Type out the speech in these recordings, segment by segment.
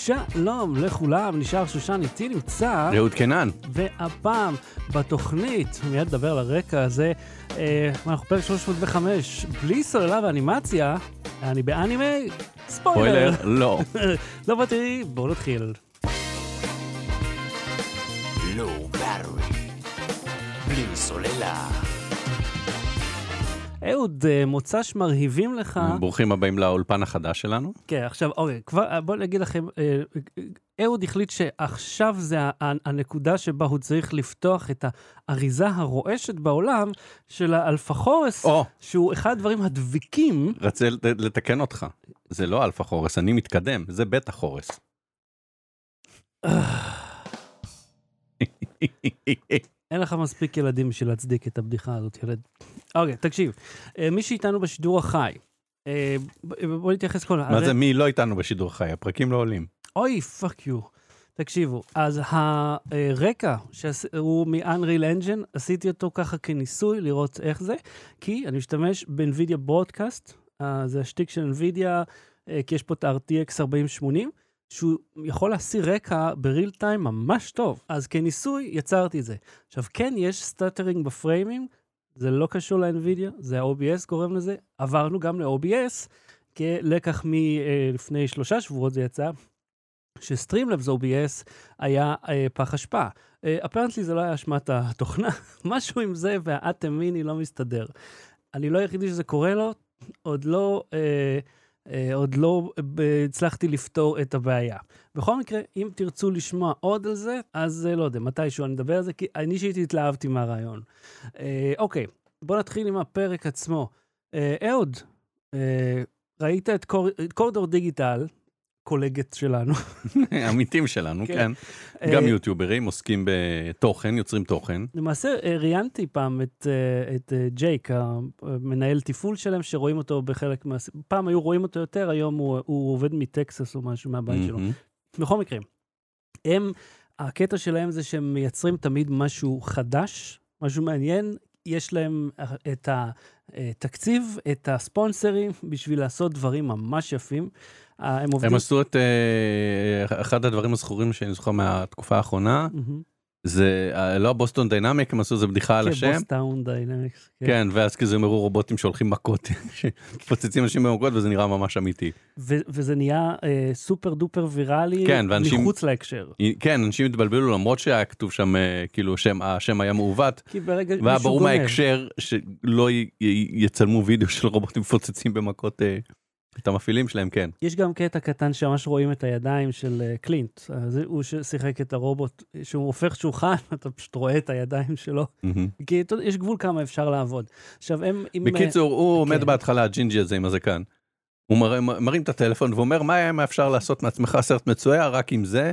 שלום לכולם, נשאר שושן איתי נמצא. אהוד קנן. והפעם בתוכנית, מיד נדבר על הרקע הזה, אנחנו פרק 305, בלי סוללה ואנימציה, אני באנימי, ספוילר. לא. לא באתי, בואו נתחיל. לואו באטרי, בלי סוללה. אהוד, מוצ"ש מרהיבים לך. ברוכים הבאים לאולפן החדש שלנו. כן, עכשיו, אוקיי, כבר, בואו נגיד לכם, אהוד החליט שעכשיו זה הנקודה שבה הוא צריך לפתוח את האריזה הרועשת בעולם של האלפחורס, שהוא אחד הדברים הדביקים. רצה לתקן אותך. זה לא אלפחורס, אני מתקדם, זה בטא חורס. אין לך מספיק ילדים בשביל להצדיק את הבדיחה הזאת, ילד. אוקיי, תקשיב. מי שאיתנו בשידור החי, בוא נתייחס כל... מה זה מי לא איתנו בשידור החי? הפרקים לא עולים. אוי, פאק יו. תקשיבו, אז הרקע שהוא מ-Unreal Engine, עשיתי אותו ככה כניסוי לראות איך זה, כי אני משתמש ב-NVIDIA Broadcast, זה השטיק של NVIDIA, כי יש פה את ה-RTX 4080, שהוא יכול להסיר רקע בריל טיים ממש טוב. אז כניסוי יצרתי את זה. עכשיו, כן, יש סטאטרינג בפריימים, זה לא קשור ל-NVIDIA, זה ה-OBS גורם לזה. עברנו גם ל-OBS, כלקח מלפני 3 שבועות זה יצא, שסטרימלאבס OBS היה פח אשפה. אפרנטלי זה לא היה אשמת התוכנה, משהו עם זה והאטם מיני לא מסתדר. אני לא היחידי שזה קורה לו, עוד לא הצלחתי לפתור את הבעיה. בכל מקרה, אם תרצו לשמוע עוד על זה, אז לא יודע, מתישהו אני אדבר על זה, כי אני שהייתי התלהבתי מהרעיון. אוקיי, בוא נתחיל עם הפרק עצמו. אהוד, ראית את קורדור דיגיטל, קולגת שלנו. עמיתים שלנו, כן. גם יוטיוברים עוסקים בתוכן, יוצרים תוכן. למעשה, ראיינתי פעם את ג'ייק, המנהל תפעול שלהם, שרואים אותו בחלק פעם היו רואים אותו יותר, היום הוא עובד מטקסס או משהו מהבית שלו. בכל מקרה, הקטע שלהם זה שהם מייצרים תמיד משהו חדש, משהו מעניין, יש להם את התקציב, את הספונסרים, בשביל לעשות דברים ממש יפים. הם עשו את אחד הדברים הזכורים שאני זוכר מהתקופה האחרונה, זה לא בוסטון דיינמיק, הם עשו איזה בדיחה על השם. בוסטון דיינמיקס. כן, ואז כזה הם הראו רובוטים שהולכים מכות, שפוצצים אנשים במכות, וזה נראה ממש אמיתי. וזה נהיה סופר דופר ויראלי, מחוץ להקשר. כן, אנשים התבלבלו, למרות שהיה כתוב שם, כאילו השם היה מעוות, והיה ברור מההקשר שלא יצלמו וידאו של רובוטים מפוצצים במכות את המפעילים שלהם, כן. יש גם קטע קטן שממש רואים את הידיים של קלינט. הוא שיחק את הרובוט, שהוא הופך שולחן, אתה פשוט רואה את הידיים שלו. כי יש גבול כמה אפשר לעבוד. עכשיו, בקיצור, הוא עומד בהתחלה, הג'ינג'י הזה עם הזקן. הוא מרים את הטלפון ואומר, מה אפשר לעשות מעצמך סרט מצויר רק עם זה,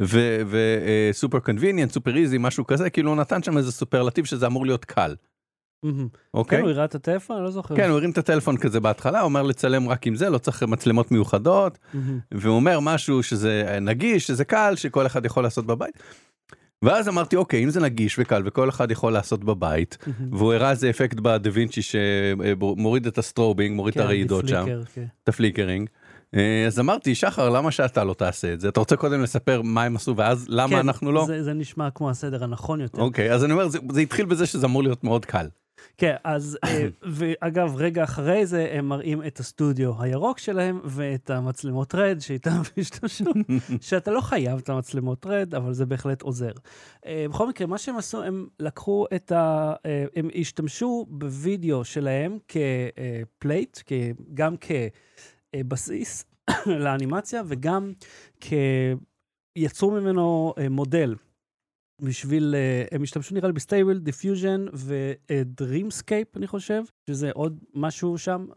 וסופר קונביניאנט, סופר איזי, משהו כזה, כאילו הוא נתן שם איזה סופרלטיב שזה אמור להיות קל. כן, הוא הראה את הטלפון, אני לא זוכר. כן, הוא הרים את הטלפון כזה בהתחלה, הוא אומר לצלם רק עם זה, לא צריך מצלמות מיוחדות, והוא אומר משהו שזה נגיש, שזה קל, שכל אחד יכול לעשות בבית. ואז אמרתי, אוקיי, אם זה נגיש וקל, וכל אחד יכול לעשות בבית, והוא הראה איזה אפקט בדה וינצ'י, שמוריד את הסטרובינג, מוריד את הרעידות שם, את הפליקרינג. אז אמרתי, שחר, למה שאתה לא תעשה את זה? אתה רוצה קודם לספר מה הם עשו, ואז למה אנחנו לא? זה נשמע כמו הסדר הנכון יותר. אוקיי, אז אני אומר, זה התחיל בזה שזה אמור להיות מאוד קל. כן, אז, ואגב, רגע אחרי זה, הם מראים את הסטודיו הירוק שלהם, ואת המצלמות רד, שאיתם השתמשו, שאתה לא חייב את המצלמות רד, אבל זה בהחלט עוזר. בכל מקרה, מה שהם עשו, הם לקחו הם השתמשו בווידאו שלהם כפלייט, גם כבסיס לאנימציה, וגם יצרו ממנו מודל. הם השתמשו נראה לי בסטייבל, דיפיוז'ן ודרימסקייפ, אני חושב, שזה עוד משהו שם,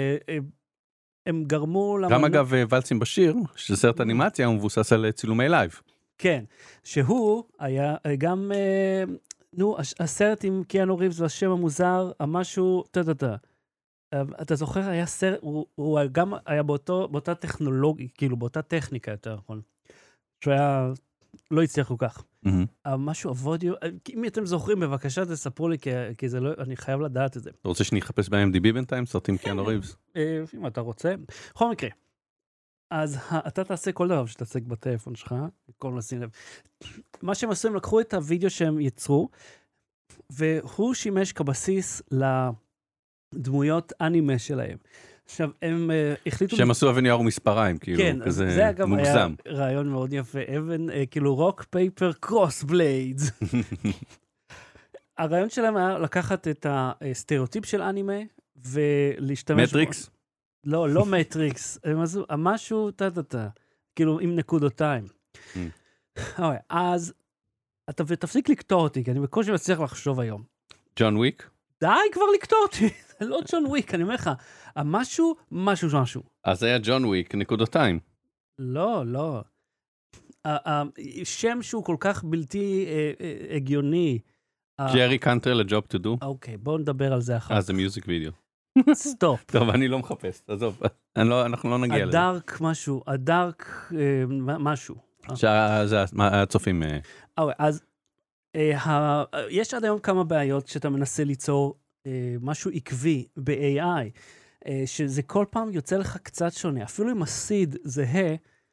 והם גרמו... גם אגב ולצים בשיר, שזה סרט אנימציה, הוא מבוסס על צילומי לייב. כן, שהוא היה גם, הסרט עם קיאנו ריבס והשם המוזר, המשהו, אתה זוכר, היה סרט, הוא גם היה באותה טכנולוגיה, כאילו באותה טכניקה יותר, נכון? שהוא היה... לא הצליח כל כך. משהו עבודיו, אם אתם זוכרים, בבקשה תספרו לי, כי זה לא, אני חייב לדעת את זה. אתה רוצה שאני אחפש ב-IMDb בינתיים, סרטים קיאנו ריבס? אם אתה רוצה. בכל מקרה, אז אתה תעשה כל דבר שתעסק בטלפון שלך, כל נשים לב. מה שהם עשו, הם לקחו את הוידאו שהם יצרו, והוא שימש כבסיס לדמויות אנימה שלהם. עכשיו, הם החליטו... שהם עשו אבן יער ומספריים, כאילו, כן, כזה זה אגב מוגזם. היה רעיון מאוד יפה. כאילו רוק, פייפר, קרוס בליידס. הרעיון שלהם היה לקחת את הסטריאוטיפ של אנימה, ולהשתמש... מטריקס? לא מטריקס, הם עשו משהו, כאילו עם נקודותיים. אז אתה תפסיק לקטוע אותי, כי אני בקושי מצליח לחשוב היום. ג'ון וויק? די כבר לקטוע אותי, זה לא ג'ון וויק, אני אומר לך, משהו. אז היה ג'ון וויק, נקודותיים. לא. שם שהוא כל כך בלתי הגיוני. ג'רי קאנטר לג'וב טו דו? אוקיי, בואו נדבר על זה אחר. זה מיוזיק וידאו. סטופ. טוב, אני לא מחפש, עזוב, אנחנו לא נגיע לזה. הדארק משהו. זה הצופים. אז יש עד היום כמה בעיות שאתה מנסה ליצור משהו עקבי ב-AI, שזה כל פעם יוצא לך קצת שונה. אפילו אם הסיד זהה,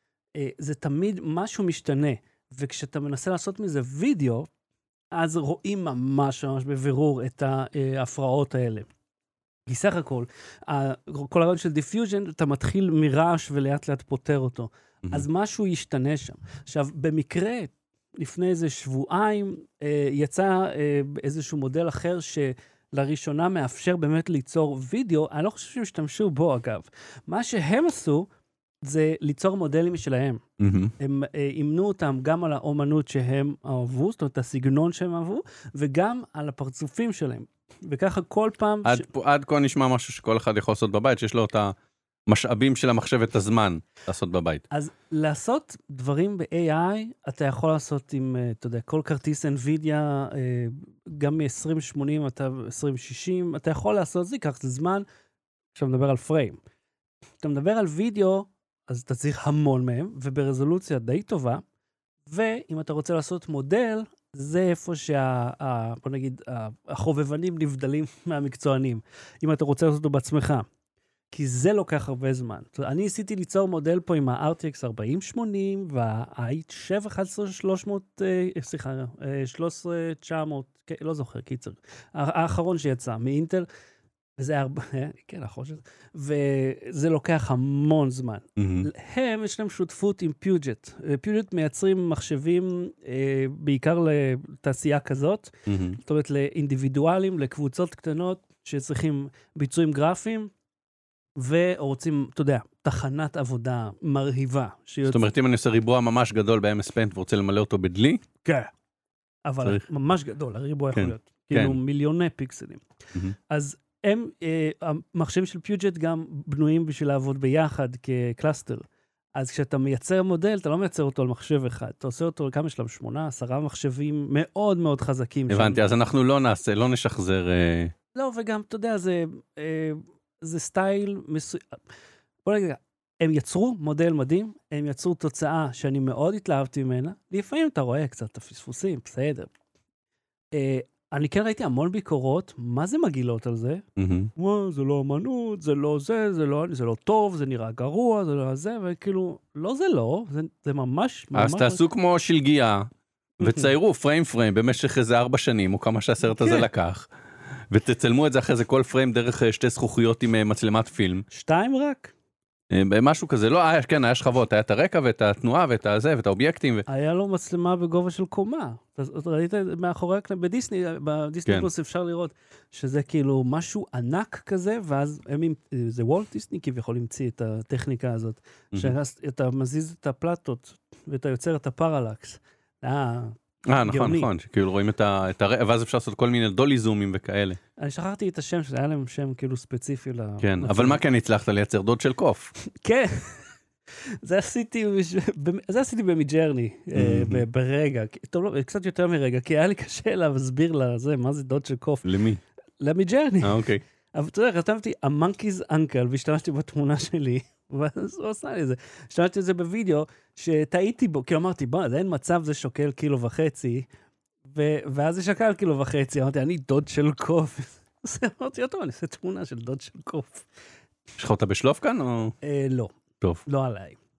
זה תמיד משהו משתנה. וכשאתה מנסה לעשות מזה וידאו, אז רואים ממש בבירור את ההפרעות האלה. כי סך הכל, כל הרעיון של דיפיוז'ן, אתה מתחיל מרעש ולאט לאט פותר אותו. אז משהו ישתנה שם. עכשיו, במקרה, לפני איזה שבועיים, יצא איזשהו מודל אחר שלראשונה מאפשר באמת ליצור וידאו, אני לא חושב שהם השתמשו בו אגב. מה שהם עשו, זה ליצור מודלים שלהם. הם אימנו אותם גם על האומנות שהם אהבו, זאת אומרת, הסגנון שהם אהבו, וגם על הפרצופים שלהם. וככה כל פעם... עד כה נשמע משהו שכל אחד יכול לעשות בבית, שיש לו את המשאבים של המחשב את הזמן לעשות בבית. אז לעשות דברים ב-AI, אתה יכול לעשות עם, אתה יודע, כל כרטיס NVIDIA, גם מ-2080, אתה 2060, אתה יכול לעשות זה, ייקח זמן, עכשיו מדבר על פריים. אתה מדבר על וידאו, אז אתה צריך המון מהם, וברזולוציה די טובה, ואם אתה רוצה לעשות מודל, זה איפה בוא נגיד, החובבנים נבדלים מהמקצוענים, אם אתה רוצה לעשות אותו בעצמך, כי זה לוקח הרבה זמן. אני ניסיתי ליצור מודל פה עם ה-RTX 4080, וה-i7 11300, סליחה, 13900, לא זוכר, קיצר, האחרון שיצא מאינטל, וזה הרבה, כן, נכון שזה, וזה לוקח המון זמן. הם, יש להם שותפות עם פיוג'ט. פיוג'ט מייצרים מחשבים בעיקר לתעשייה כזאת, זאת אומרת לאינדיבידואלים, לקבוצות קטנות שצריכים ביצועים גרפיים, ורוצים, אתה יודע, תחנת עבודה מרהיבה. זאת אומרת, אם אני עושה ריבוע ממש גדול ב-MS Paint ורוצה למלא אותו בדלי? כן, אבל ממש גדול, הריבוע יכול להיות. כאילו מיליוני פיקסלים. אז המחשבים של פיוג'ט גם בנויים בשביל לעבוד ביחד כקלאסטר. אז כשאתה מייצר מודל, אתה לא מייצר אותו על מחשב אחד. אתה עושה אותו, כמה שלב? 8-10 מחשבים מאוד מאוד חזקים. הבנתי, אז אנחנו לא נעשה, לא נשחזר... לא, וגם, אתה יודע, זה סטייל מסוים. בוא נגיד, הם יצרו מודל מדהים, הם יצרו תוצאה שאני מאוד התלהבתי ממנה, לפעמים אתה רואה קצת את הפספוסים, בסדר. אני כן ראיתי המון ביקורות, מה זה מגילות על זה? זה לא אמנות, זה לא זה, זה לא טוב, זה נראה גרוע, זה לא זה, וכאילו, לא זה לא, זה ממש... אז תעשו כמו שלגיה, וציירו פריים במשך איזה 4 שנים, או כמה שהסרט הזה לקח, ותצלמו את זה אחרי זה כל פריים דרך 2 זכוכיות עם מצלמת פילם. 2 רק? משהו כזה, לא, כן, היה שכבות, היה את הרקע ואת התנועה ואת הזה ואת האובייקטים. היה לו מצלמה בגובה של קומה. ראית מאחורי בדיסני פלוס אפשר לראות שזה כאילו משהו ענק כזה, ואז זה וולט דיסני כביכול המציא את הטכניקה הזאת, שאתה מזיז את הפלטות ואתה יוצר את הפרלקס. נכון, שכאילו רואים את הרקע, ואז אפשר לעשות כל מיני דולי זומים וכאלה. אני שכחתי את השם, שזה היה להם שם כאילו ספציפי. כן, אבל מה כן הצלחת לייצר דוד של קוף? כן, זה עשיתי במידג'רני, ברגע, טוב, לא, קצת יותר מרגע, כי היה לי קשה להסביר לזה, מה זה דוד של קוף. למי? למידג'רני. אוקיי. אבל אתה יודע, כתבתי, המונקיז אנקל, והשתמשתי בתמונה שלי, ואז הוא עשה לי את זה. השתמשתי את זה בווידאו, שטעיתי בו, כי אמרתי, זה אין מצב, זה שוקל 1.5 קילו, ואז זה שקל 1.5 קילו, אמרתי, אני דוד של קוף. אז אמרתי, טוב, אני אעשה תמונה של דוד של קוף. יש לך אותה בשלוף כאן, או? לא. טוב. לא עליי.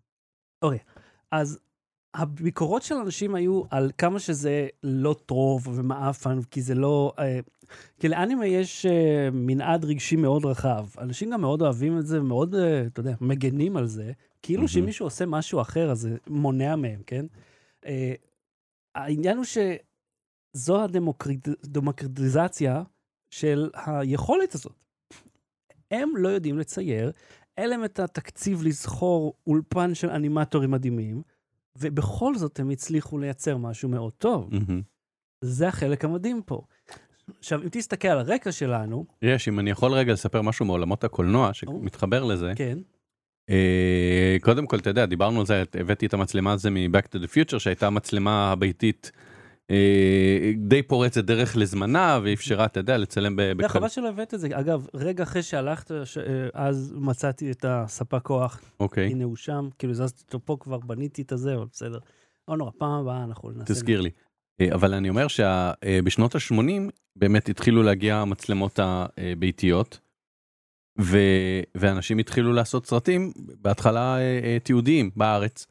אוקיי, אז הביקורות של אנשים היו על כמה שזה לא טוב ומאפן, כי זה לא... כי לאנימה יש מנעד רגשי מאוד רחב. אנשים גם מאוד אוהבים את זה, ומאוד, אתה יודע, מגנים על זה. כאילו שמישהו עושה משהו אחר, אז זה מונע מהם, כן? העניין הוא שזו הדמוקרטיזציה של היכולת הזאת. הם לא יודעים לצייר, אין להם את התקציב לזכור אולפן של אנימטורים מדהימים, ובכל זאת הם הצליחו לייצר משהו מאוד טוב. זה החלק המדהים פה. עכשיו, אם תסתכל על הרקע שלנו... אם אני יכול רגע לספר משהו מעולמות הקולנוע, שמתחבר לזה. כן. קודם כל, אתה יודע, דיברנו על זה, הבאתי את המצלמה הזה מ-Back to the Future, שהייתה המצלמה הביתית די פורצת דרך לזמנה, ואפשרה, אתה יודע, לצלם זה חבל שלא הבאת את זה. אגב, רגע אחרי שהלכת, אז מצאתי את הספק כוח. הנה הוא שם, כאילו זזתי אותו פה, כבר בניתי את הזה, אבל בסדר. לא נורא, פעם הבאה אנחנו ננסה. תזכיר לי. אבל אני אומר שבשנות ה-80 באמת התחילו להגיע המצלמות הביתיות, ואנשים התחילו לעשות סרטים, בהתחלה תיעודיים בארץ.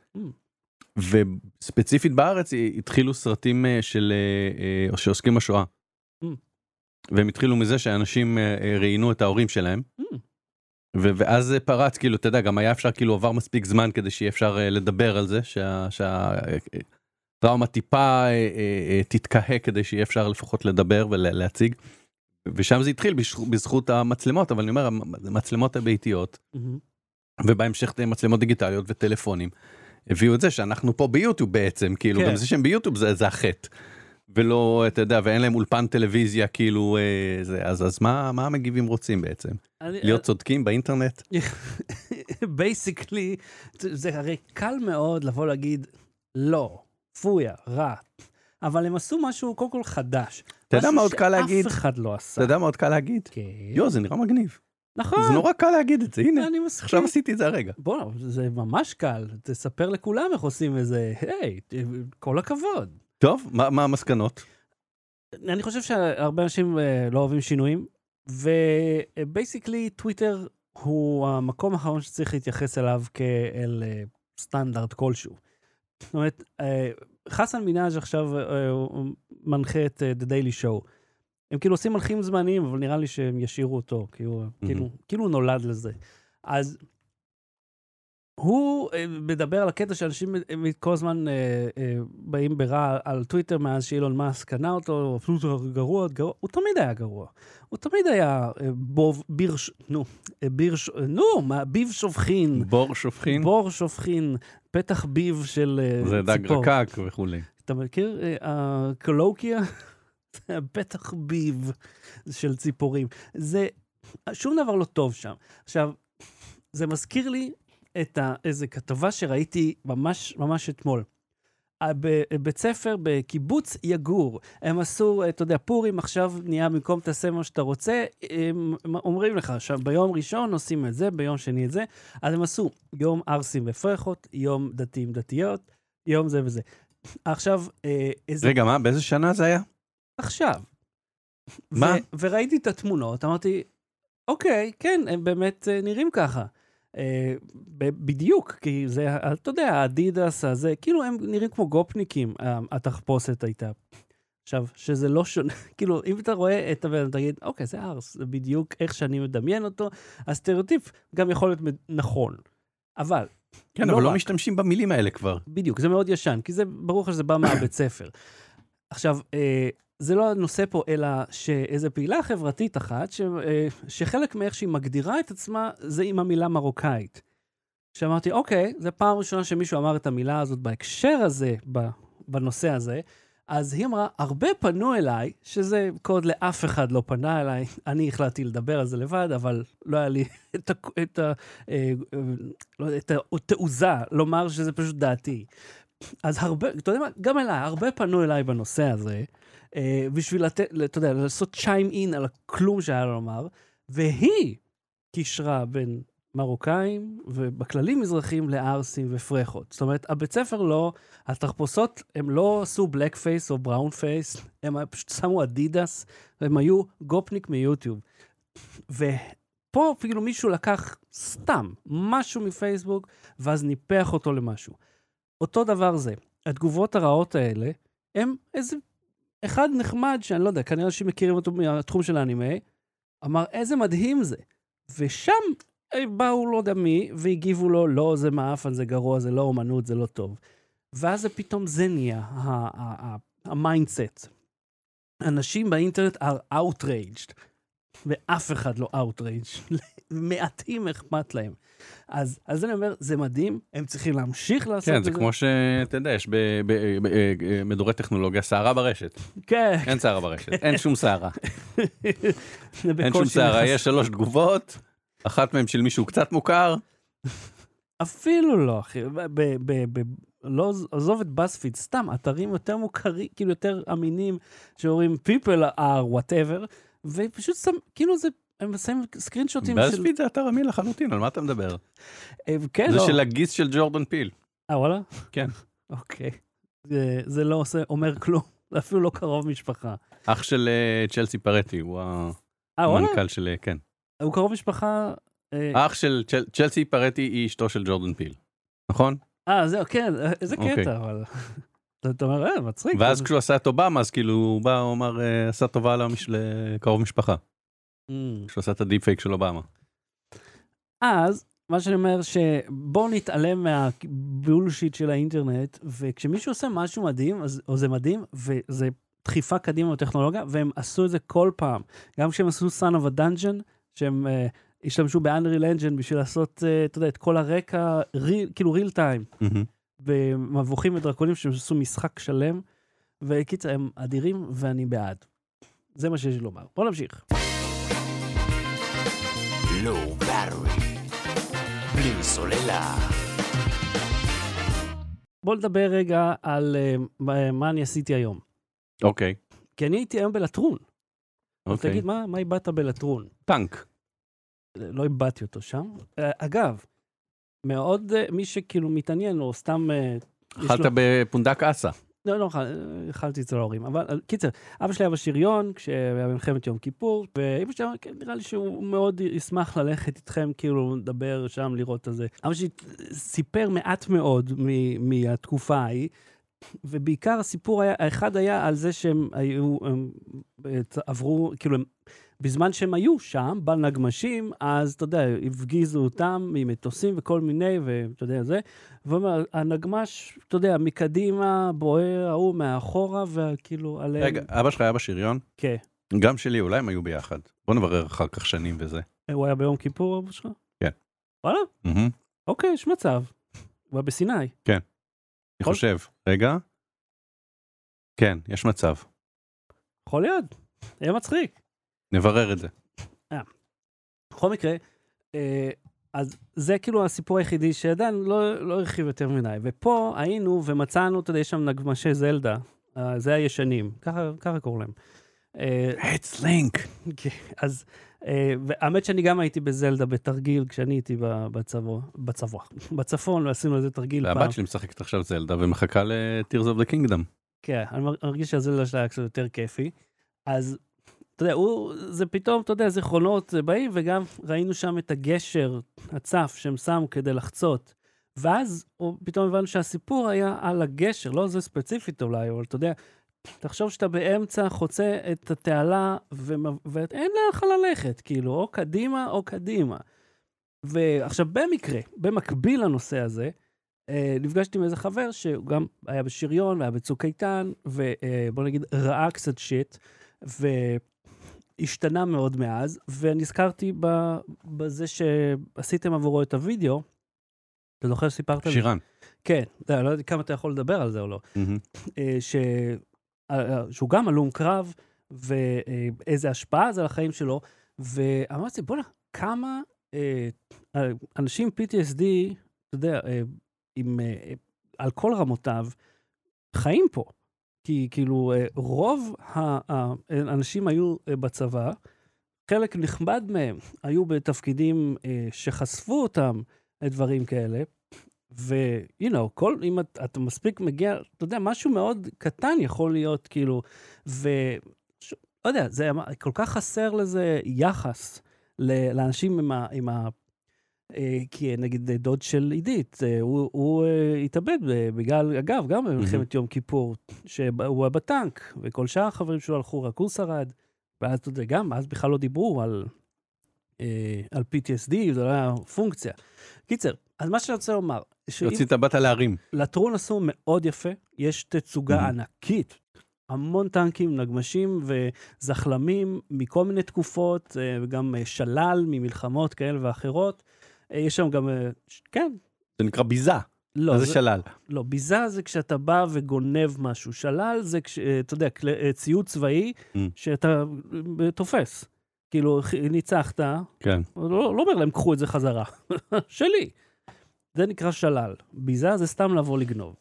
וספציפית בארץ התחילו סרטים שעוסקים בשואה. והם התחילו מזה שאנשים ראיינו את ההורים שלהם. ואז זה פרץ, כאילו, אתה יודע, גם היה אפשר, כאילו, עבר מספיק זמן כדי שיהיה אפשר לדבר על זה, שהטראומה טיפה תתקהה כדי שיהיה אפשר לפחות לדבר ולהציג. ושם זה התחיל בזכות המצלמות, אבל אני אומר, המצלמות הביתיות, ובהמשך מצלמות דיגיטליות וטלפונים, הביאו את זה שאנחנו פה ביוטיוב בעצם, כאילו, גם זה שהם ביוטיוב זה החטא. ולא, אתה יודע, ואין להם אולפן טלוויזיה, כאילו, אז מה המגיבים רוצים בעצם? להיות צודקים באינטרנט? בייסיקלי, זה הרי קל מאוד לבוא להגיד, לא, פויה, רע. אבל הם עשו משהו קודם כל חדש. אתה יודע מה עוד קל להגיד? אף אחד לא עשה. אתה יודע מה עוד קל להגיד? יו, זה נראה מגניב. נכון. זה נורא קל להגיד את זה, הנה, עכשיו עשיתי את זה הרגע. בוא, זה ממש קל, תספר לכולם איך עושים איזה, היי, כל הכבוד. טוב, מה המסקנות? אני חושב שהרבה אנשים לא אוהבים שינויים, ובייסיקלי טוויטר הוא המקום האחרון שצריך להתייחס אליו כאל סטנדרט כלשהו. זאת אומרת, חסן מינאז' עכשיו מנחה את The Daily Show. הם כאילו עושים מלכים זמניים, אבל נראה לי שהם ישירו אותו, כאילו נולד לזה. אז הוא מדבר על הקטע שאנשים כל הזמן באים ברע על טוויטר מאז שאילון מאסק קנה אותו, אפילו גרוע, הוא תמיד היה גרוע. הוא תמיד היה ביב שופכין. בור שופכין, פתח ביב של ציפור. זה דג רקק וכולי. אתה מכיר? הקולוקיה? פתח ביב של ציפורים. זה, שום דבר לא טוב שם. עכשיו, זה מזכיר לי איזה כתבה שראיתי ממש אתמול. בבית ספר, בקיבוץ יגור, הם עשו, אתה יודע, פורים עכשיו נהיה במקום תעשה מה שאתה רוצה, הם אומרים לך, עכשיו ביום ראשון עושים את זה, ביום שני את זה, אז הם עשו יום ארסים ופרחות, יום דתיים דתיות, יום זה וזה. עכשיו, רגע, מה? באיזה שנה זה היה? עכשיו. מה? וראיתי את התמונות, אמרתי, אוקיי, כן, הם באמת נראים ככה. בדיוק, כי זה, אתה יודע, האדידס הזה, כאילו הם נראים כמו גופניקים, התחפושת הייתה. עכשיו, שזה לא שונה, כאילו, אם אתה רואה את הבן, תגיד, אוקיי, זה ארס, זה בדיוק איך שאני מדמיין אותו, הסטריאוטיפ גם יכול להיות נכון. אבל... כן, אבל לא משתמשים במילים האלה כבר. בדיוק, זה מאוד ישן, כי זה ברור שזה בא מהבית ספר. עכשיו, זה לא הנושא פה, אלא שאיזו פעילה חברתית אחת, שחלק מאיך שהיא מגדירה את עצמה, זה עם המילה מרוקאית. שאמרתי, אוקיי, זה פעם ראשונה שמישהו אמר את המילה הזאת בהקשר הזה, בנושא הזה, אז היא אמרה, הרבה פנו אליי, שזה קוד לאף אחד לא פנה אליי, אני החלטתי לדבר על זה לבד, אבל לא היה לי את התעוזה לומר שזה פשוט דעתי. אז הרבה, אתה יודע מה, גם אליי, הרבה פנו אליי בנושא הזה, בשביל אתה יודע, לעשות צ'יים אין על הכלום שהיה לומר, והיא קישרה בין מרוקאים ובכללים מזרחים לארסים ופרחות. זאת אומרת, הבית ספר לא, התחפושות, הם לא עשו בלק פייס או בראון פייס, הם פשוט שמו אדידס, והם היו גופניק מיוטיוב. פה כאילו מישהו לקח סתם משהו מפייסבוק, ואז ניפח אותו למשהו. אותו דבר זה. התגובות הרעות האלה, הם איזה אחד נחמד, שאני לא יודע, כנראה שמכירים אותו מהתחום של האנימה, אמר, איזה מדהים זה. ושם באו לא יודע מי, והגיבו לו, לא, זה מאפן, זה גרוע, זה לא אומנות, זה לא טוב. ואז פתאום זה נהיה, המיינדסט. אנשים באינטרנט are outraged, ואף אחד לא outraged. מעטים אכפת להם. אז אני אומר, זה מדהים, הם צריכים להמשיך לעשות את זה. כן, זה כמו שאתה יודע, יש במדורי טכנולוגיה, שערה ברשת. כן. אין שערה ברשת, אין שום שערה. אין שום שערה, יש 3 תגובות, אחת מהן של מישהו קצת מוכר. אפילו לא, אחי. לא, עזוב את בספיד, סתם, אתרים יותר מוכרים, כאילו יותר אמינים, שאומרים people are whatever, ופשוט כאילו זה, הם שמים סקרינשוטים של... בספיד זה אתר אמין לחלוטין, על מה אתה מדבר? כן, זה לא. של הגיס של ג'ורדן פיל. וואלה? כן. אוקיי. זה לא אומר כלום, זה אפילו לא קרוב משפחה. אח של צ'לסי פרטי, הוא המנכ"ל של, כן. הוא קרוב משפחה... אח של צ'לסי פרטי היא אשתו של ג'ורדן פיל, נכון? זהו, כן, איזה קטע, אבל... אתה אומר, מצחיק. ואז כשהוא עשה את אובמה, אז כאילו הוא בא, הוא אמר, עשה טובה לקרוב משפחה. כשהוא עשה את הדיפ פייק של אובמה. אז, מה שאני אומר, שבואו נתעלם מהבולשיט של האינטרנט, וכשמישהו עושה משהו מדהים, או זה מדהים, וזה דחיפה קדימה בטכנולוגיה, והם עשו את זה כל פעם. גם כשהם עשו Son of a Dungeon, שהם השתמשו ב-Unreal Engine בשביל לעשות, אתה יודע, את כל הרקע, כאילו real time. במבוכים ודרקונים שעשו משחק שלם, וקיצר, הם אדירים, ואני בעד. זה מה שיש לי לומר. בואו נמשיך. Low battery. בלי סוללה. בואו נדבר רגע על מה אני עשיתי היום. אוקיי. כי אני הייתי היום בלטרון. אוקיי. תגיד, מה איבדת בלטרון? טנק. לא איבדתי אותו שם. אגב, מאוד מי שכאילו מתעניין, או סתם... אכלת בפונדק אסה. לא, אכלתי אצל ההורים. אבל קיצר, אבא שלי היה בשריון, כשהיה במלחמת יום כיפור, ואבא שלי אמר, נראה לי שהוא מאוד ישמח ללכת איתכם, כאילו לדבר שם, לראות את זה. אבא שלי סיפר מעט מאוד מהתקופה ההיא, ובעיקר הסיפור האחד היה על זה שהם עברו, כאילו, בזמן שהם היו שם, בנגמשים, אז, אתה יודע, הפגיזו אותם ממטוסים וכל מיני, ואתה יודע, זה. ואומר, הנגמש, אתה יודע, מקדימה, בוער, ההוא מאחורה, וכאילו עליהם... רגע, אבא שלך היה בשריון? כן. גם שלי, אולי הם היו ביחד. בוא נברר אחר כך שנים וזה. הוא היה ביום כיפור, אבא שלך? כן. וואלה? אוקיי, יש מצב. הוא היה בסיני. כן. אני חושב. רגע. כן, יש מצב. יכול להיות. היה מצחיק. נברר את זה. בכל מקרה, אז זה כאילו הסיפור היחידי שעדיין לא הרחיב יותר מדי. ופה היינו ומצאנו, אתה יודע, יש שם נגמשי זלדה. זה הישנים. ככה קוראים להם. It's Link. אז, האמת שאני גם הייתי בזלדה בתרגיל, כשאני הייתי בצפון, ועשינו איזה תרגיל פעם. והבת שלי משחקת עכשיו זלדה ומחכה ל-Tears of the Kingdom. כן, אני מרגיש שהזלדה שלה היה קצת יותר כיפי. אז, אתה יודע, זה פתאום, אתה יודע, זיכרונות באים, וגם ראינו שם את הגשר הצף שהם שמו כדי לחצות. ואז פתאום הבנו שהסיפור היה על הגשר, לא זה ספציפית אולי, אבל אתה יודע, תחשוב שאתה באמצע חוצה את התעלה, ואין לך ללכת, כאילו, או קדימה או קדימה. ועכשיו, במקביל לנושא הזה, נפגשתי עם איזה חבר שהוא גם היה בשריון, והיה בצוק איתן, ובוא נגיד, ראה קצת שיט, והשתנה מאוד מאז, ונזכרתי בזה שעשיתם עבורו את הוידאו, אתה זוכר שסיפרת? שירן. כן, לא יודע כמה אתה יכול לדבר על זה או לא. שהוא גם הלום קרב, ואיזה השפעה זה על החיים שלו, ואמרתי, בוא'נה, כמה אנשים PTSD, אתה יודע, על כל רמותיו, חיים פה. כי כאילו, רוב האנשים היו בצבא, חלק נכבד מהם היו בתפקידים שחשפו אותם לדברים כאלה, אם אתה מספיק מגיע, אתה יודע, משהו מאוד קטן יכול להיות, כאילו, לא יודע, זה כל כך חסר לזה יחס לאנשים כי נגיד דוד של עידית, הוא התאבד בגלל, אגב, גם במלחמת יום כיפור, שהוא היה בטנק, וכל שאר החברים שלו הלכו, רק הוא שרד, ואז אתה יודע, גם, אז בכלל לא דיברו על PTSD, זה לא היה פונקציה. קיצר, אז מה שאני רוצה לומר, רצית בת על הערים. לטרון עשו מאוד יפה, יש תצוגה ענקית, המון טנקים, נגמשים וזחלמים מכל מיני תקופות, וגם שלל ממלחמות כאלה ואחרות. יש שם גם, כן. זה נקרא ביזה. לא, זה שלל. לא, ביזה זה כשאתה בא וגונב משהו. שלל זה, אתה יודע, ציוד צבאי שאתה תופס. כאילו, ניצחת. כן. לא אומר להם, קחו את זה חזרה. שלי. זה נקרא שלל. ביזה זה סתם לבוא לגנוב.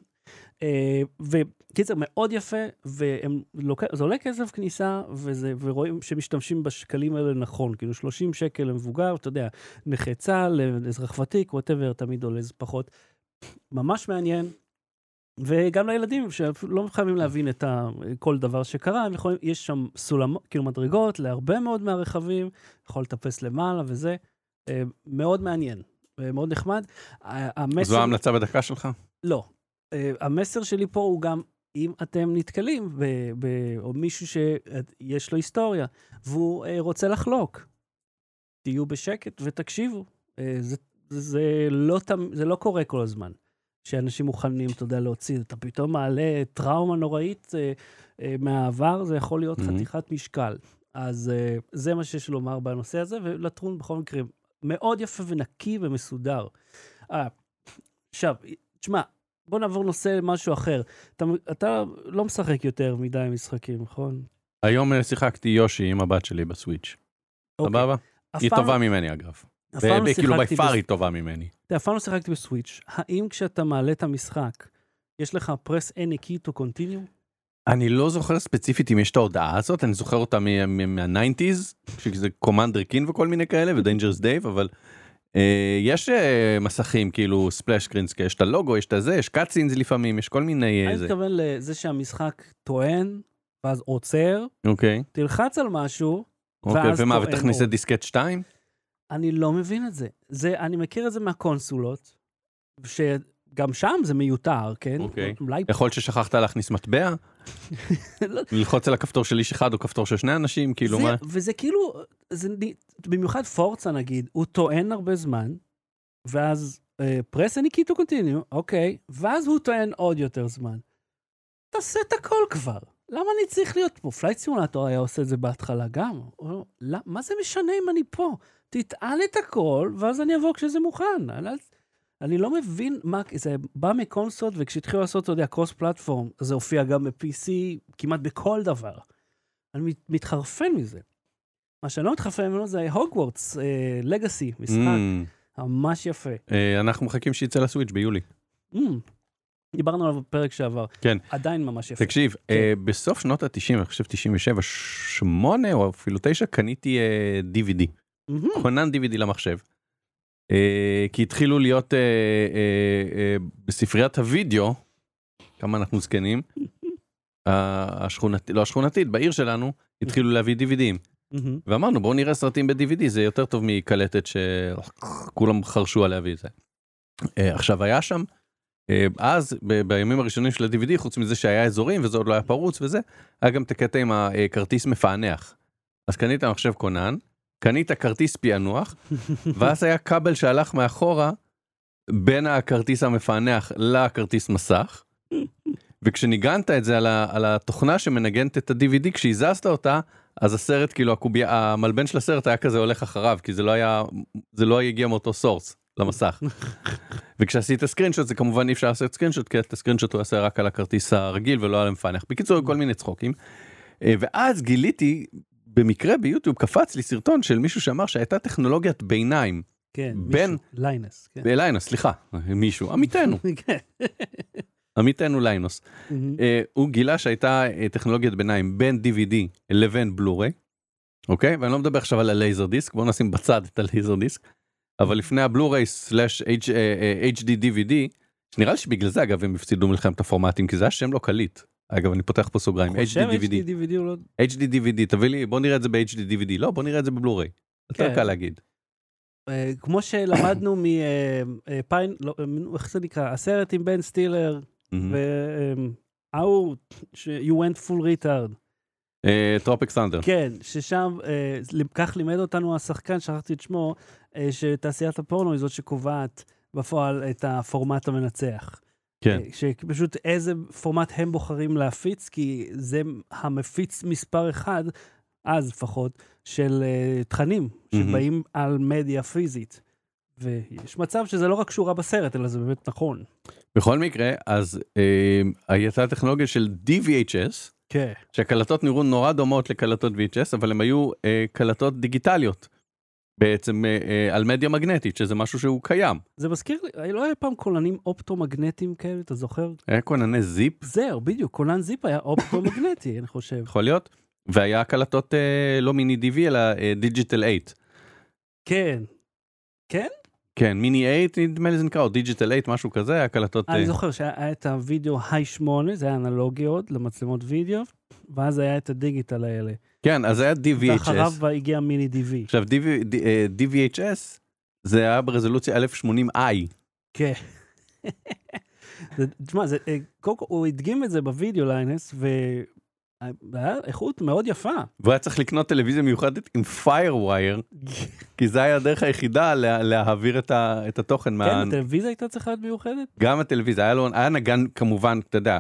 וקיצר, מאוד יפה, זה עולה כסף כניסה, ורואים שמשתמשים בשקלים האלה נכון, כאילו 30 שקל למבוגר, אתה יודע, נכה צהל, אזרח ותיק, whatever, תמיד עולה פחות. ממש מעניין, וגם לילדים שלא חייבים להבין את כל דבר שקרה, יש שם סולמות, כאילו מדרגות, להרבה מאוד מהרכבים, יכול לטפס למעלה וזה, מאוד מעניין, מאוד נחמד. זו ההמלצה בדקה שלך? לא. המסר שלי פה הוא גם, אם אתם נתקלים או מישהו שיש לו היסטוריה, והוא רוצה לחלוק, תהיו בשקט ותקשיבו. זה לא קורה כל הזמן, שאנשים מוכנים, אתה יודע, להוציא, אתה פתאום מעלה טראומה נוראית מהעבר, זה יכול להיות חתיכת משקל. אז זה מה שיש לומר בנושא הזה, ולטרון בכל מקרה, מאוד יפה ונקי ומסודר. עכשיו, תשמע, בוא נעבור נושא למשהו אחר. אתה לא משחק יותר מדי משחקים, נכון? היום שיחקתי יושי עם הבת שלי בסוויץ'. סבבה? היא טובה ממני אגב. כאילו ביפר היא טובה ממני. אף פעם לא שיחקתי בסוויץ'. האם כשאתה מעלה את המשחק, יש לך press any key to continue? אני לא זוכר ספציפית אם יש את ההודעה הזאת, אני זוכר אותה מה-90s, שזה קומנדר קין וכל מיני כאלה, ודנג'רס דייב, אבל יש מסכים, כאילו ספלאש סקרינס, יש את הלוגו, יש את זה, יש קאטסינס לפעמים, יש כל מיני... אני מתכוון לזה שהמשחק טוען, ואז עוצר, תלחץ על משהו, ואז ומה, ותכניס את דיסקט 2? אני לא מבין את זה. אני מכיר את זה מהקונסולות, שגם שם זה מיותר, כן? יכול ששכחת להכניס מטבע? ללחוץ על הכפתור של איש אחד או כפתור של שני אנשים, כאילו מה? וזה כאילו, במיוחד פורצה נגיד, הוא טוען הרבה זמן, ואז press any key to continue, אוקיי, ואז הוא טוען עוד יותר זמן. תעשה את הכל כבר. למה אני צריך להיות פה? פלייט סימולטור היה עושה את זה בהתחלה גם. מה זה משנה אם אני פה? תתעל את הכל, ואז אני אבוא כשזה מוכן. אני לא מבין מה, זה בא מקונסולות, וכשהתחילו לעשות, אתה יודע, קרוס פלטפורם, זה הופיע גם ב-PC, כמעט בכל דבר. אני מתחרפן מזה. מה שאני לא מתחרפן ממנו זה הוגוורטס, לגאסי, משחק, ממש יפה. אנחנו מחכים שיצא לסוויץ' ביולי. דיברנו עליו בפרק שעבר. כן. עדיין ממש יפה. תקשיב, בסוף שנות ה-90, אני חושב 97, 8 או אפילו 9, קניתי DVD. קונן DVD למחשב. כי התחילו להיות בספריית הוידאו, כמה אנחנו זקנים, לא השכונתית, בעיר שלנו, התחילו להביא DVDים. ואמרנו, בואו נראה סרטים ב-DVD, זה יותר טוב מקלטת שכולם חרשו עליה וזה. עכשיו היה שם, אז בימים הראשונים של ה-DVD, חוץ מזה שהיה אזורים, וזה עוד לא היה פרוץ וזה, היה גם את הקטע עם הכרטיס מפענח. אז קנית מחשב קונן, קנית כרטיס פענוח, ואז היה כבל שהלך מאחורה, בין הכרטיס המפענח לכרטיס מסך, וכשניגנת את זה על התוכנה שמנגנת את ה-DVD, כשהזזת אותה, אז הסרט, כאילו, המלבן של הסרט היה כזה הולך אחריו, כי זה לא הגיע מאותו סורס למסך. וכשעשית סקרינשוט, זה כמובן אי אפשר לעשות סקרינשוט, כי את הסקרינשוט הוא עשה רק על הכרטיס הרגיל, ולא על המפענח. בקיצור, כל מיני צחוקים. ואז גיליתי, במקרה ביוטיוב, קפץ לי סרטון של מישהו שאמר שהייתה טכנולוגיית ביניים. כן, מישהו, ליינוס. ליינוס, סליחה, מישהו, עמיתנו. עמיתנו ליינוס. הוא גילה שהייתה טכנולוגיית ביניים בין DVD לבין בלוריי, אוקיי? ואני לא מדבר עכשיו על הלייזר דיסק, בואו נשים בצד את הלייזר דיסק, אבל לפני הבלוריי/HD DVD, שנראה לי שבגלל זה, אגב, הם הפסידו מלחמת הפורמטים, כי זה השם לא קליט. אגב, אני פותח פה סוגריים, HD DVD. HD DVD, תביא לי, בוא נראה את זה ב-HD DVD, לא, בוא נראה את זה בבלוריי. יותר קל להגיד. כמו שלמדנו מפיין, איך זה נקרא? הסרט עם בן סטילר, והוא, you went full retard. טרופיק סנדר. כן, ששם, כך לימד אותנו השחקן, שכחתי את שמו, שתעשיית הפורנו היא זאת שקובעת בפועל את הפורמט המנצח. כן. שפשוט איזה פורמט הם בוחרים להפיץ, כי זה המפיץ מספר אחד, אז לפחות, של תכנים, שבאים על מדיה פיזית. ויש מצב שזה לא רק קשורה בסרט, אלא זה באמת נכון. בכל מקרה, אז הייתה טכנולוגיה של DVHS, כן. שהקלטות נראו נורא דומות לקלטות VHS, אבל הן היו קלטות דיגיטליות, בעצם על מדיה מגנטית, שזה משהו שהוא קיים. זה מזכיר לי, לא היה פעם קולנים אופטומגנטיים כאלה, אתה זוכר? היה קולני זיפ. זהו, בדיוק, קולן זיפ היה אופטומגנטי, אני חושב. יכול להיות. והיה קלטות לא מיני DV, אלא דיג'יטל 8. כן. כן? כן, מיני 8, נדמה לי זה נקרא, או דיג'יטל 8, משהו כזה, היה קלטות... אני זוכר שהיה את הוידאו היי 8, זה היה אנלוגי עוד, למצלמות וידאו, ואז היה את הדיגיטל האלה. כן, אז היה DVHS. ואחריו הגיע מיני DV. עכשיו, DVHS, זה היה ברזולוציה 1080i. כן. תשמע, הוא הדגים את זה בווידאו ליינס, והיה איכות מאוד יפה. והוא היה צריך לקנות טלוויזיה מיוחדת עם Firewire, כי זה היה הדרך היחידה להעביר את התוכן. כן, הטלוויזיה הייתה צריכה להיות מיוחדת? גם הטלוויזיה, היה נגן כמובן, אתה יודע,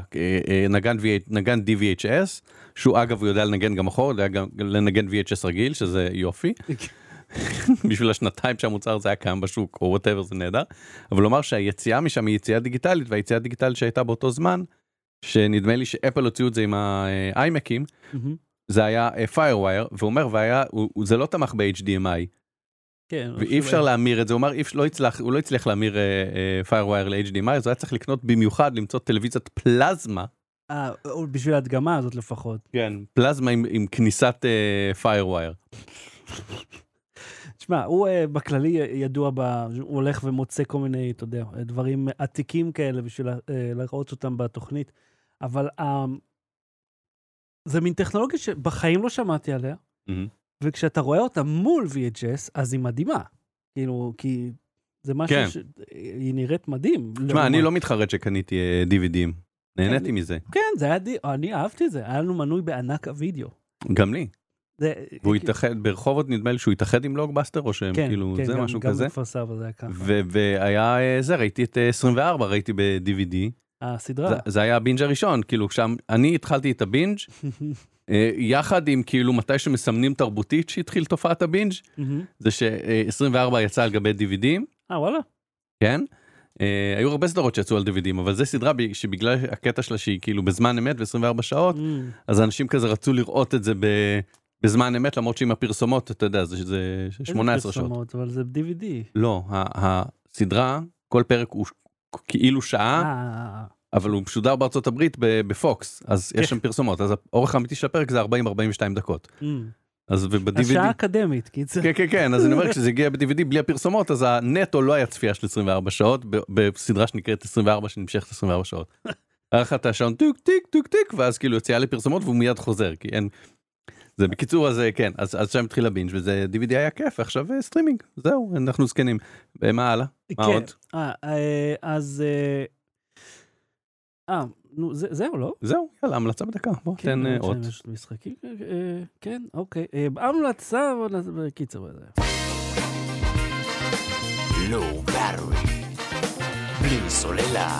נגן DVHS, שהוא אגב הוא יודע לנגן גם אחור, יודע גם לנגן VHS רגיל, שזה יופי. בשביל השנתיים שהמוצר זה היה קיים בשוק, או whatever, זה נהדר. אבל לומר שהיציאה משם היא יציאה דיגיטלית, והיציאה דיגיטלית שהייתה באותו זמן, שנדמה לי שאפל הוציאו את זה עם האיימקים, זה היה Firewire, והוא אומר, זה לא תמך ב-HDMI, ואי אפשר להמיר את זה, הוא אומר, הוא לא הצליח להמיר Firewire ל-HDMI, אז הוא היה צריך לקנות במיוחד, למצוא טלוויזיית פלזמה. בשביל ההדגמה הזאת לפחות. כן, פלזמה עם כניסת Firewire. תשמע, הוא בכללי ידוע, הוא הולך ומוצא כל מיני, אתה יודע, דברים עתיקים כאלה בשביל לראות אותם בתוכנית, אבל זה מין טכנולוגיה שבחיים לא שמעתי עליה, וכשאתה רואה אותה מול VHS, אז היא מדהימה. כאילו, כי זה משהו שהיא נראית מדהים. תשמע, אני לא מתחרט שקניתי DVDים. נהניתי מזה. כן, אני אהבתי את זה. היה לנו מנוי בענק הווידאו. גם לי. והוא התאחד, ברחובות נדמה לי שהוא התאחד עם לוגבאסטר, או שהם כאילו, זה משהו כזה. גם בכפר סבא זה היה ככה. והיה זה, ראיתי את 24, ראיתי ב-DVD. הסדרה. זה היה הבינג' הראשון, כאילו, אני התחלתי את הבינג', יחד עם כאילו מתי שמסמנים תרבותית שהתחיל תופעת הבינג', זה ש-24 יצא על גבי DVDים. וואלה. כן. היו הרבה סדרות שיצאו על DVDים, אבל זו סדרה שבגלל הקטע שלה שהיא כאילו בזמן אמת ו-24 שעות, אז אנשים כזה רצו לראות את זה בזמן אמת, למרות שעם הפרסומות, אתה יודע, זה 18 שעות. איזה פרסומות, אבל זה DVD. לא, הסדרה, כל פרק הוא כאילו שעה, אבל הוא משודר בארצות הברית בפוקס, אז יש שם פרסומות, אז האורך האמיתי של הפרק זה 40-42 דקות. אז השעה אקדמית, קיצר. כן, כן, כן, אז אני אומר, כשזה הגיע ב-DVD בלי הפרסומות, אז הנטו לא היה צפייה של 24 שעות, בסדרה שנקראת 24 שנמשכת 24 שעות. ערכת השעון טוק טיק טוק טיק, ואז כאילו יציאה לפרסומות והוא מיד חוזר, כי אין... זה בקיצור, אז כן, אז שם התחיל הבינג' וזה DVD היה כיף, עכשיו סטרימינג, זהו, אנחנו זקנים. ומה הלאה? מה עוד? אז... נו, זהו, לא? זהו, יאללה, המלצה בדקה, בוא, תן עוד. משחקים, כן, אוקיי. המלצה, קיצר. Low battery. בלי סוללה.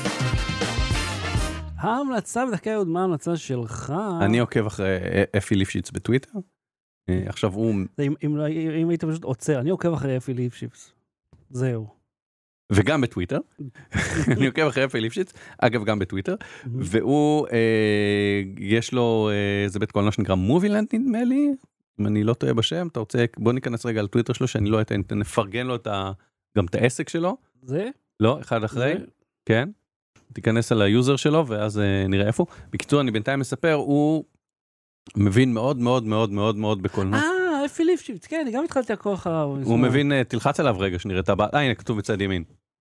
ההמלצה בדקה עוד מה ההמלצה שלך? אני עוקב אחרי אפי ליפשיץ בטוויטר. עכשיו הוא... אם היית פשוט עוצר, אני עוקב אחרי אפי ליפשיץ. זהו. וגם בטוויטר, אני עוקב אחרי אפי ליפשיץ, אגב גם בטוויטר, והוא, יש לו, זה בית קולנוע שנקרא מובילנד נדמה לי, אם אני לא טועה בשם, אתה רוצה, בוא ניכנס רגע על טוויטר שלו, שאני לא אתן, נפרגן לו גם את העסק שלו. זה? לא, אחד אחרי, כן, תיכנס על היוזר שלו, ואז נראה איפה. בקיצור, אני בינתיים מספר, הוא מבין מאוד מאוד מאוד מאוד מאוד בקולנוע. אפי ליפשיץ, כן, אני גם התחלתי הכוח הרב. הוא מבין, תלחץ עליו רגע, שנראה את הבא, הנה, כתוב בצד ימין.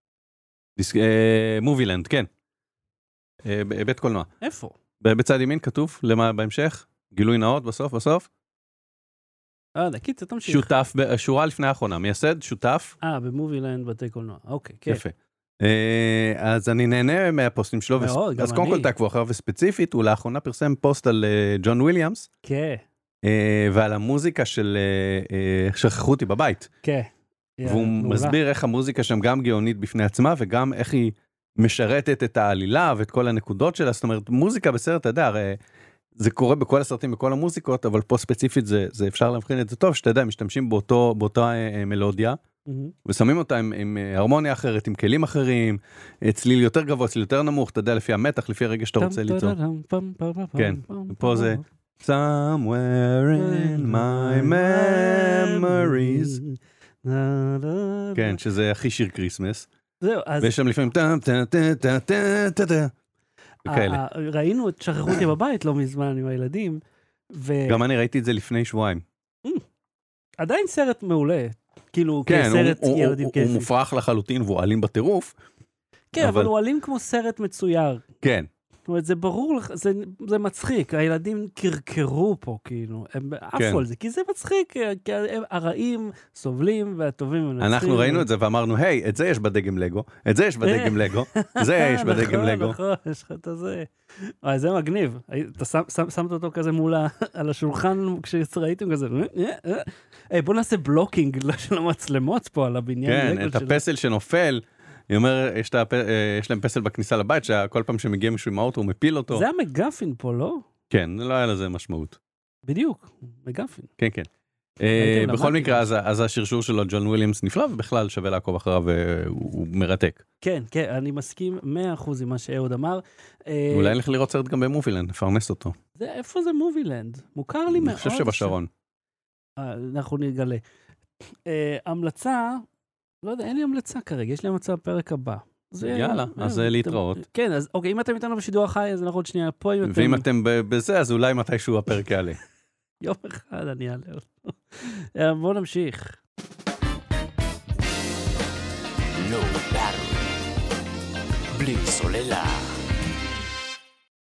מובילנד, כן. בית קולנוע. איפה? בצד ימין כתוב, למה בהמשך? גילוי נאות בסוף. קיצר, תמשיך. שותף, שורה לפני האחרונה, מייסד, שותף. במובילנד בתי קולנוע, אוקיי, כן. יפה. אז אני נהנה מהפוסטים שלו, מאוד, אז גם קודם אני. כל תעקבו אחריו וספציפית, הוא לאחרונה פרסם פוסט על ג'ון וויליאמס, כן, ועל המוזיקה של שכחו אותי בבית. כן. והוא מסביר איך המוזיקה שם גם גאונית בפני עצמה, וגם איך היא משרתת את העלילה ואת כל הנקודות שלה. זאת אומרת, מוזיקה בסרט, אתה יודע, הרי זה קורה בכל הסרטים, בכל המוזיקות, אבל פה ספציפית זה אפשר להבחין את זה טוב, שאתה יודע, משתמשים באותה מלודיה, ושמים אותה עם הרמוניה אחרת, עם כלים אחרים, צליל יותר גבוה, צליל יותר נמוך, אתה יודע, לפי המתח, לפי הרגע שאתה רוצה ליצור. כן, פה זה Somewhere in my memories. כן, שזה הכי שיר קריסמס. זהו, אז... ויש שם לפעמים וכאלה. ראינו את שכחו אותי בבית לא מזמן עם הילדים, גם אני ראיתי את זה לפני שבועיים. עדיין סרט מעולה, כאילו כן, כסרט ילדים כיפי. הוא מופרך לחלוטין והוא אלים בטירוף. כן, אבל הוא אלים כמו סרט מצויר. כן. זאת אומרת, זה ברור לך, זה מצחיק, הילדים קרקרו פה, כאילו, הם עפו על זה, כי זה מצחיק, כי הרעים סובלים והטובים מנצחים. אנחנו ראינו את זה ואמרנו, היי, את זה יש בדגם לגו, את זה יש בדגם לגו, זה יש בדגם לגו. נכון, יש לך את זה. זה מגניב, אתה שמת אותו כזה מול על השולחן, כשראיתם כזה, בוא נעשה בלוקינג של המצלמות פה על הבניין. כן, את הפסל שנופל, היא אומר, יש להם פסל בכניסה לבית, שכל פעם שמגיע מישהו עם האוטו, הוא מפיל אותו. זה המגפין פה, לא? כן, לא היה לזה משמעות. בדיוק, מגפין. כן, כן. בכל מקרה, אז השרשור שלו, ג'ון וויליאמס נפלא, ובכלל שווה לעקוב אחריו, והוא מרתק. כן, כן, אני מסכים 100% עם מה שאהוד אמר. אולי נלך לראות סרט גם במובילנד, נפרנס אותו. איפה זה מובילנד? מוכר לי מאוד. אני חושב שבשרון. אנחנו נגלה. המלצה, לא יודע, אין לי המלצה כרגע, יש לי המלצה בפרק הבא. יאללה, אז להתראות. כן, אז אוקיי, אם אתם איתנו בשידור החי, אז אנחנו עוד שנייה פה. ואם אתם בזה, אז אולי מתישהו הפרק יעלה. יום אחד אני אעלה אותו. בואו נמשיך. Low battery. בלי סוללה.